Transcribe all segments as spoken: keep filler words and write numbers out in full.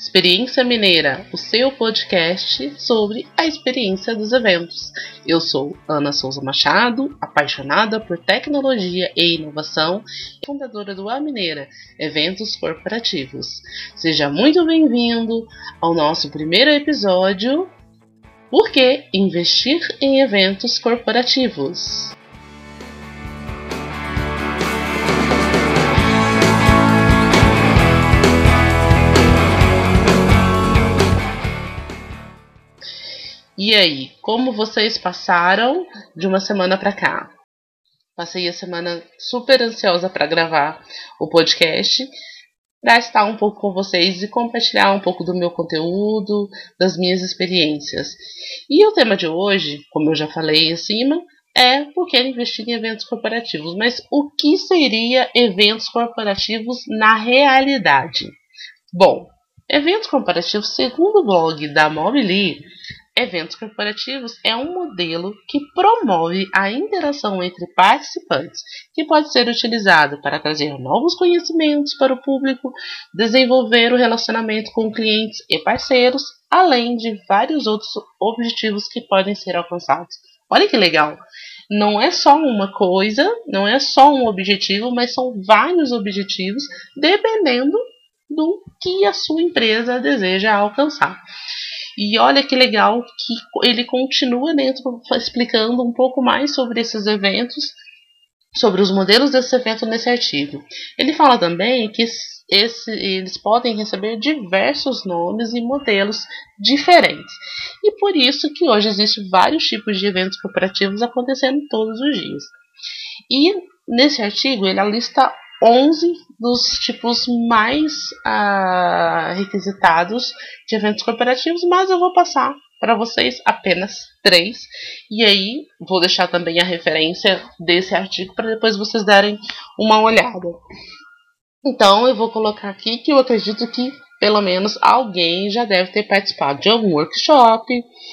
Experiência Mineira, o seu podcast sobre a experiência dos eventos. Eu sou Ana Souza Machado, apaixonada por tecnologia e inovação e fundadora do A Mineira, Eventos Corporativos. Seja muito bem-vindo ao nosso primeiro episódio, Por que investir em eventos corporativos? E aí, como vocês passaram de uma semana para cá? Passei a semana super ansiosa para gravar o podcast, para estar um pouco com vocês e compartilhar um pouco do meu conteúdo, das minhas experiências. E o tema de hoje, como eu já falei acima, é por que investir em eventos corporativos. Mas o que seria eventos corporativos na realidade? Bom, eventos corporativos, segundo o blog da Mobily, eventos corporativos é um modelo que promove a interação entre participantes, que pode ser utilizado para trazer novos conhecimentos para o público, desenvolver o relacionamento com clientes e parceiros, além de vários outros objetivos que podem ser alcançados. Olha que legal! Não é só uma coisa, não é só um objetivo, mas são vários objetivos, dependendo do que a sua empresa deseja alcançar. E olha que legal que ele continua dentro explicando um pouco mais sobre esses eventos, sobre os modelos desse evento nesse artigo. Ele fala também que esse, eles podem receber diversos nomes e modelos diferentes. E por isso que hoje existem vários tipos de eventos corporativos acontecendo todos os dias. E nesse artigo ele lista onze dos tipos mais ah, requisitados de eventos corporativos, mas eu vou passar para vocês apenas três. E aí vou deixar também a referência desse artigo para depois vocês darem uma olhada. Então eu vou colocar aqui que eu acredito que pelo menos alguém já deve ter participado de algum workshop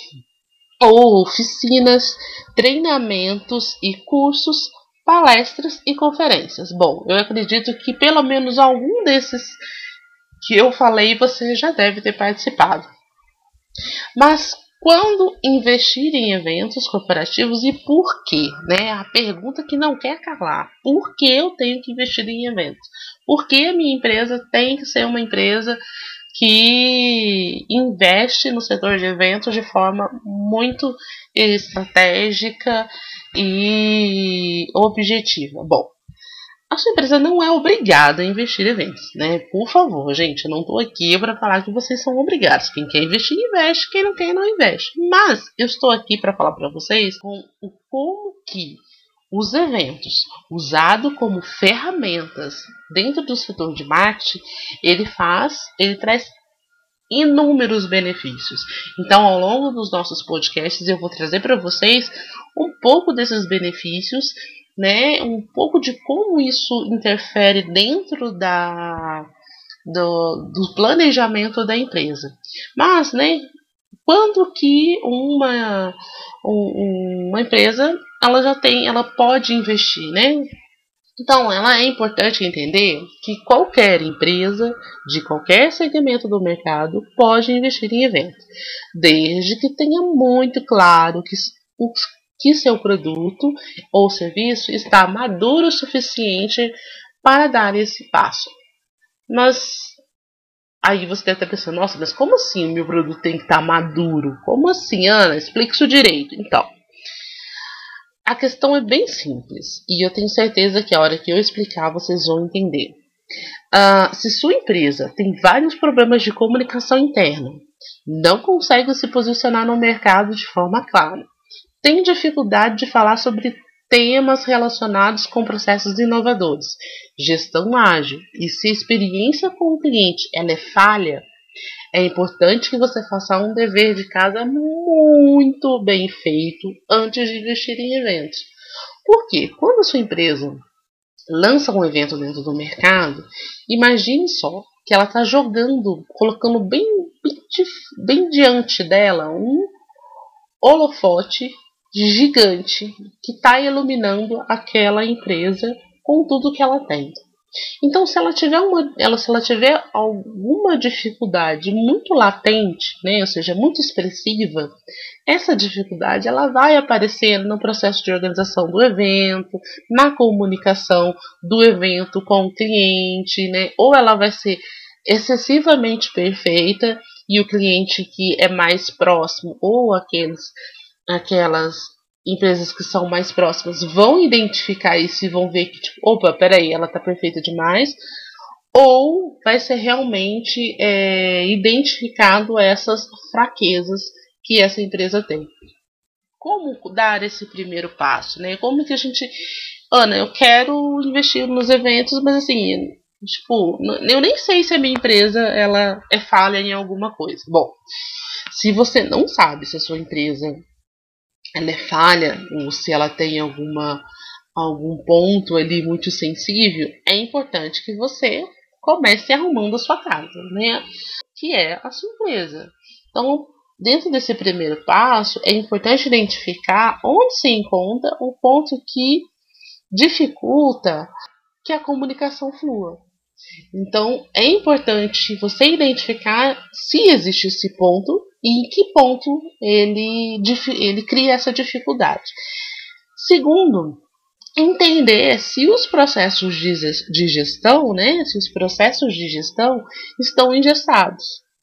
ou oficinas, treinamentos e cursos, palestras e conferências. Bom, eu acredito que pelo menos algum desses que eu falei você já deve ter participado. Mas quando investir em eventos corporativos e por quê? Né? A pergunta que não quer calar. Por que eu tenho que investir em eventos? Por que a minha empresa tem que ser uma empresa que investe no setor de eventos de forma muito estratégica e objetiva? Bom, a sua empresa não é obrigada a investir em eventos, né? Por favor, gente, eu não estou aqui para falar que vocês são obrigados. Quem quer investir, investe. Quem não quer, não investe. Mas eu estou aqui para falar para vocês com o como que os eventos, usados como ferramentas dentro do setor de marketing, ele faz, ele traz inúmeros benefícios. Então, ao longo dos nossos podcasts, eu vou trazer para vocês um pouco desses benefícios, né? Um pouco de como isso interfere dentro da do, do planejamento da empresa. Mas, né? Quando que uma um, uma empresa ela já tem, ela pode investir, né? Então, ela é importante entender que qualquer empresa, de qualquer segmento do mercado, pode investir em eventos, desde que tenha muito claro que, que seu produto ou serviço está maduro o suficiente para dar esse passo. Mas aí você deve estar pensando, nossa, mas como assim o meu produto tem que estar maduro? Como assim, Ana? Explique isso direito. Então, a questão é bem simples e eu tenho certeza que a hora que eu explicar vocês vão entender. Uh, se sua empresa tem vários problemas de comunicação interna, não consegue se posicionar no mercado de forma clara, tem dificuldade de falar sobre temas relacionados com processos inovadores, gestão ágil, e se a experiência com o cliente ela é falha, é importante que você faça um dever de casa muito bem feito antes de investir em eventos. Por quê? Quando a sua empresa lança um evento dentro do mercado, imagine só que ela está jogando, colocando bem, bem, bem diante dela um holofote gigante que está iluminando aquela empresa com tudo que ela tem. Então, se ela tiver uma, ela, se ela tiver alguma dificuldade muito latente, né, ou seja, muito expressiva, essa dificuldade ela vai aparecer no processo de organização do evento, na comunicação do evento com o cliente, né, ou ela vai ser excessivamente perfeita e o cliente que é mais próximo ou aqueles, aquelas empresas que são mais próximas vão identificar isso e vão ver que, tipo, opa, peraí, ela tá perfeita demais, ou vai ser realmente é, identificado essas fraquezas que essa empresa tem. Como dar esse primeiro passo, né? Como que a gente... Ana, eu quero investir nos eventos, mas assim, tipo, eu nem sei se a minha empresa ela é falha em alguma coisa. Bom, se você não sabe se a sua empresa ela é falha ou se ela tem alguma algum ponto ali muito sensível, é importante que você comece arrumando a sua casa, né? Que é a sua empresa. Então, dentro desse primeiro passo, é importante identificar onde se encontra o ponto que dificulta que a comunicação flua. Então, é importante você identificar se existe esse ponto e em que ponto ele, ele cria essa dificuldade. Segundo, entender se os processos de gestão, né, se os processos de gestão estão engessados.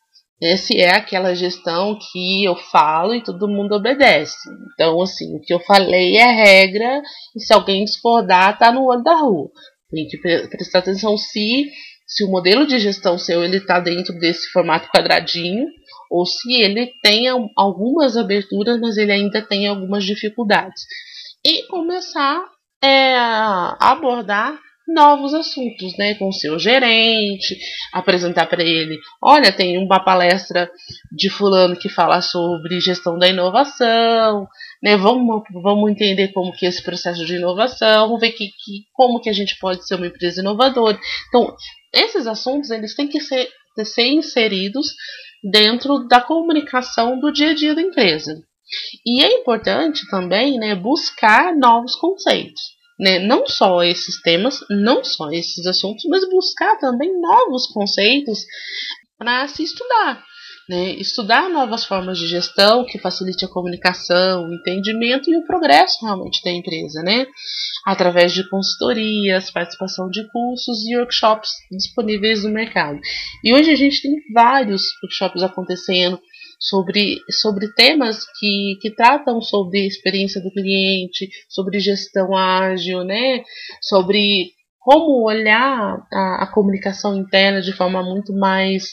Se é aquela gestão que eu falo e todo mundo obedece. Então, assim, o que eu falei é regra e se alguém discordar, tá no olho da rua. Tem que prestar atenção se, se o modelo de gestão seu está dentro desse formato quadradinho ou se ele tem algumas aberturas, mas ele ainda tem algumas dificuldades. E começar é, a abordar novos assuntos, né, com o seu gerente, apresentar para ele, olha, tem uma palestra de fulano que fala sobre gestão da inovação, né, vamos, vamos entender como que é esse processo de inovação, vamos ver que, que, como que a gente pode ser uma empresa inovadora. Então, esses assuntos, eles têm que ser, ser inseridos dentro da comunicação do dia a dia da empresa. E é importante também, né, buscar novos conceitos. Né? Não só esses temas, não só esses assuntos, mas buscar também novos conceitos para se estudar. Né? Estudar novas formas de gestão que facilite a comunicação, o entendimento e o progresso realmente da empresa, né? Através de consultorias, participação de cursos e workshops disponíveis no mercado. E hoje a gente tem vários workshops acontecendo sobre, sobre temas que, que tratam sobre a experiência do cliente, sobre gestão ágil, né? Sobre como olhar a, a comunicação interna de forma muito mais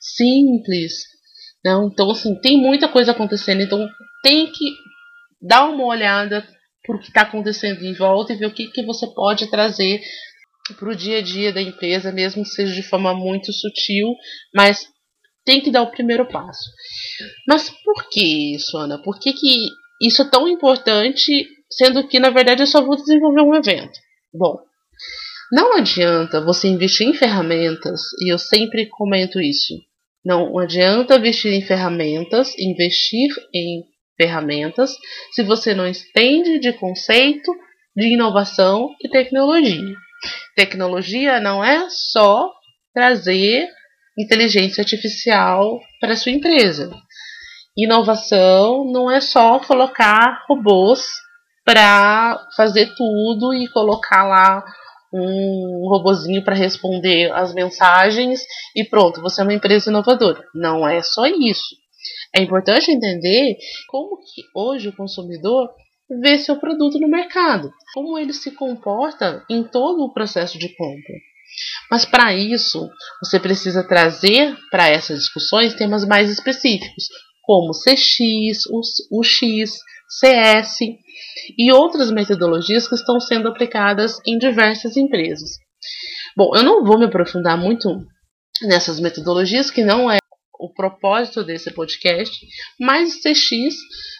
simples. Não? Então, assim, tem muita coisa acontecendo, então tem que dar uma olhada para o que está acontecendo em volta e ver o que, que você pode trazer para o dia a dia da empresa, mesmo que seja de forma muito sutil, mas tem que dar o primeiro passo. Mas por que isso, Ana? Por que, que isso é tão importante, sendo que, na verdade, eu só vou desenvolver um evento? Bom, não adianta você investir em ferramentas, e eu sempre comento isso, não adianta investir em ferramentas, investir em ferramentas, se você não entende de conceito, de inovação e tecnologia. Tecnologia não é só trazer inteligência artificial para sua empresa. Inovação não é só colocar robôs para fazer tudo e colocar lá um robozinho para responder as mensagens e pronto, você é uma empresa inovadora. Não é só isso. É importante entender como que hoje o consumidor vê seu produto no mercado, como ele se comporta em todo o processo de compra. Mas para isso, você precisa trazer para essas discussões temas mais específicos, como C X, U X, C S e outras metodologias que estão sendo aplicadas em diversas empresas. Bom, eu não vou me aprofundar muito nessas metodologias, que não é o propósito desse podcast, mas C X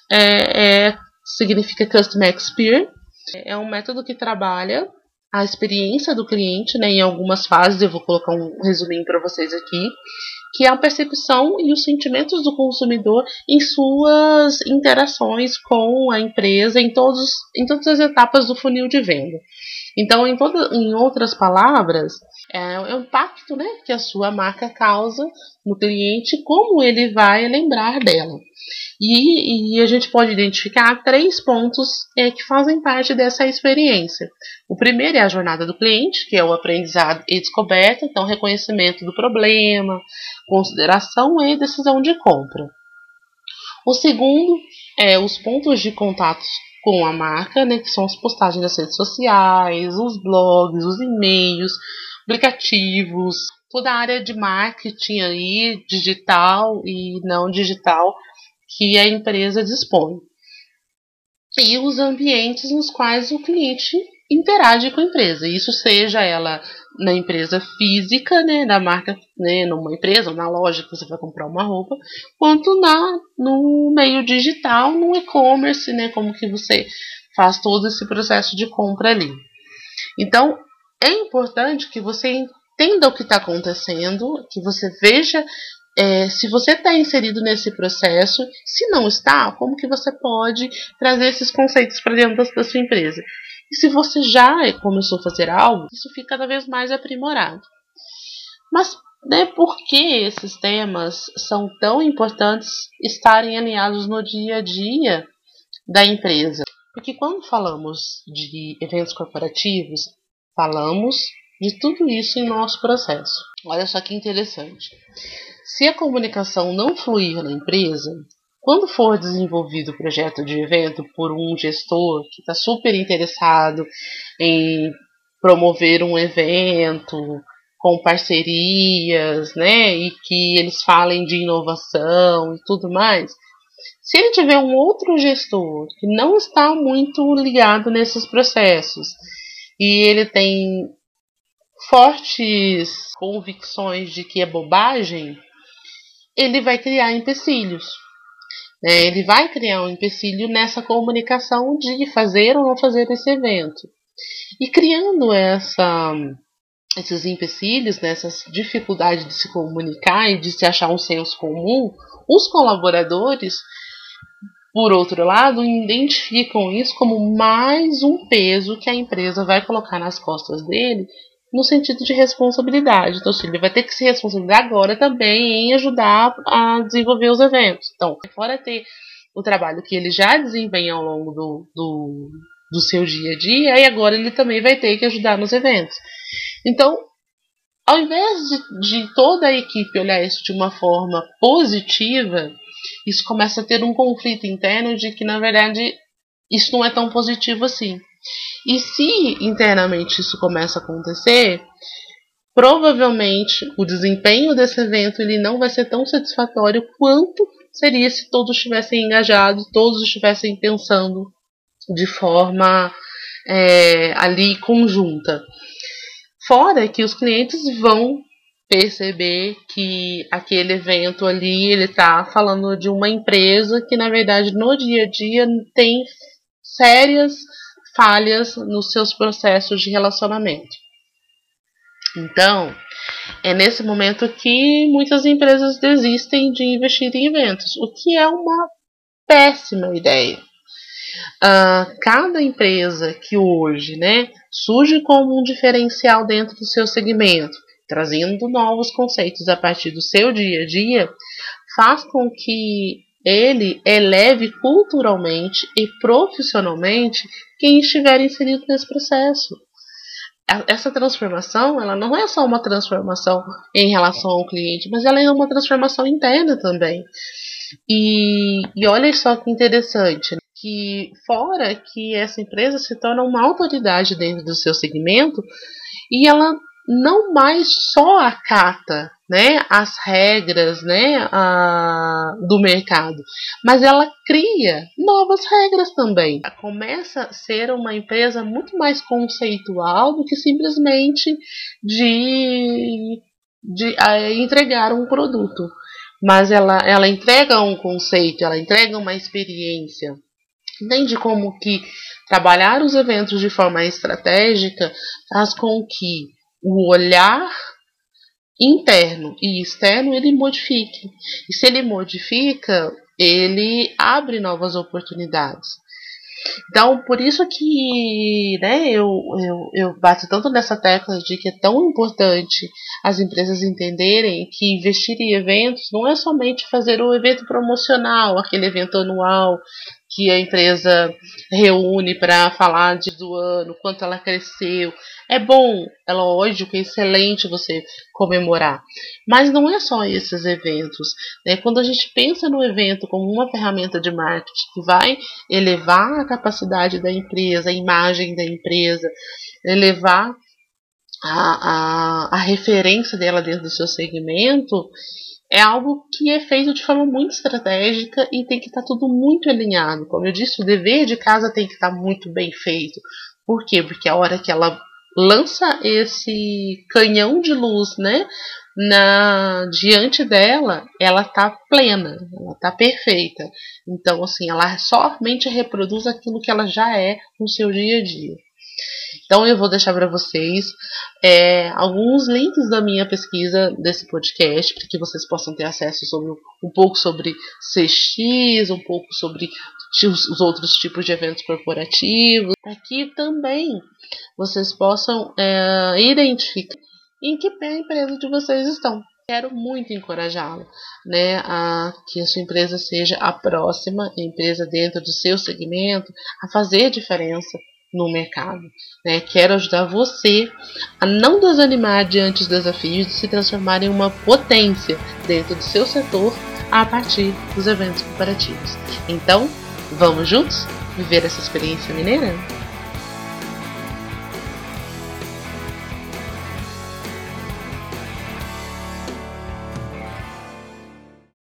é, é, significa Customer Experience, é um método que trabalha a experiência do cliente, né, em algumas fases, eu vou colocar um resuminho para vocês aqui, que é a percepção e os sentimentos do consumidor em suas interações com a empresa, em, todos, em todas as etapas do funil de venda. Então, em, toda, em outras palavras, é, é o impacto, né, que a sua marca causa no cliente, como ele vai lembrar dela. E, e a gente pode identificar três pontos é, que fazem parte dessa experiência. O primeiro é a jornada do cliente, que é o aprendizado e descoberta, então reconhecimento do problema, consideração e decisão de compra. O segundo é os pontos de contato com a marca, né, que são as postagens nas redes sociais, os blogs, os e-mails, aplicativos, toda a área de marketing aí, digital e não digital, que a empresa dispõe. E os ambientes nos quais o cliente interage com a empresa. Isso seja ela na empresa física, né, da marca, né, numa empresa, ou na loja que você vai comprar uma roupa, quanto na, no meio digital, no e-commerce, né, como que você faz todo esse processo de compra ali. Então, é importante que você entenda o que está acontecendo, que você veja É, se você está inserido nesse processo, se não está, como que você pode trazer esses conceitos para dentro da, da sua empresa? E se você já começou a fazer algo, isso fica cada vez mais aprimorado. Mas né, por que esses temas são tão importantes estarem alinhados no dia a dia da empresa? Porque quando falamos de eventos corporativos, falamos de tudo isso em nosso processo. Olha só que interessante. Se a comunicação não fluir na empresa, quando for desenvolvido o projeto de evento por um gestor que está super interessado em promover um evento com parcerias, né, e que eles falem de inovação e tudo mais, se ele tiver um outro gestor que não está muito ligado nesses processos e ele tem fortes convicções de que é bobagem, ele vai criar empecilhos. Né? Ele vai criar um empecilho nessa comunicação de fazer ou não fazer esse evento. E criando essa, esses empecilhos, né, essas dificuldades de se comunicar e de se achar um senso comum, os colaboradores, por outro lado, identificam isso como mais um peso que a empresa vai colocar nas costas dele, no sentido de responsabilidade. Então, ele vai ter que se responsabilizar agora também em ajudar a desenvolver os eventos. Então, fora ter o trabalho que ele já desempenha ao longo do, do, do seu dia a dia, e agora ele também vai ter que ajudar nos eventos. Então, ao invés de, de toda a equipe olhar isso de uma forma positiva, isso começa a ter um conflito interno de que, na verdade, isso não é tão positivo assim. E se internamente isso começa a acontecer, provavelmente o desempenho desse evento ele não vai ser tão satisfatório quanto seria se todos estivessem engajados, todos estivessem pensando de forma é, ali conjunta. Fora que os clientes vão perceber que aquele evento ali ele está falando de uma empresa que, na verdade, no dia a dia tem sérias falhas nos seus processos de relacionamento. Então, é nesse momento que muitas empresas desistem de investir em eventos, o que é uma péssima ideia. Uh, cada empresa que hoje, né, surge como um diferencial dentro do seu segmento, trazendo novos conceitos a partir do seu dia a dia, faz com que ele eleve culturalmente e profissionalmente quem estiver inserido nesse processo. Essa transformação, ela não é só uma transformação em relação ao cliente, mas ela é uma transformação interna também. E, e olha só que interessante, que fora que essa empresa se torna uma autoridade dentro do seu segmento e ela não mais só acata, né, as regras, né, a, do mercado, mas ela cria novas regras também. Ela começa a ser uma empresa muito mais conceitual do que simplesmente de, de a, entregar um produto. Mas ela, ela entrega um conceito, ela entrega uma experiência. Entende como que trabalhar os eventos de forma estratégica faz com que o olhar interno e externo ele modifique. E se ele modifica, ele abre novas oportunidades. Então, por isso que, né, eu, eu, eu bato tanto nessa tecla de que é tão importante as empresas entenderem que investir em eventos não é somente fazer um evento promocional, aquele evento anual que a empresa reúne para falar de, do ano, quanto ela cresceu. É bom, é lógico, é excelente você comemorar. Mas não é só esses eventos. Né? Quando a gente pensa no evento como uma ferramenta de marketing que vai elevar a capacidade da empresa, a imagem da empresa, elevar a, a, a referência dela dentro do seu segmento, é algo que é feito de forma muito estratégica e tem que estar tudo muito alinhado. Como eu disse, o dever de casa tem que estar muito bem feito. Por quê? Porque a hora que ela lança esse canhão de luz, né, na, diante dela, ela está plena, ela está perfeita. Então, assim, ela somente reproduz aquilo que ela já é no seu dia a dia. Então eu vou deixar para vocês é, alguns links da minha pesquisa desse podcast, para que vocês possam ter acesso sobre, um pouco sobre C X, um pouco sobre os, os outros tipos de eventos corporativos, para que também vocês possam é, identificar em que pé a empresa de vocês estão. Quero muito encorajá-lo, né, a que a sua empresa seja a próxima empresa dentro do seu segmento a fazer diferença no mercado. Né? Quero ajudar você a não desanimar diante dos desafios de se transformar em uma potência dentro do seu setor a partir dos eventos corporativos. Então, vamos juntos viver essa experiência mineira?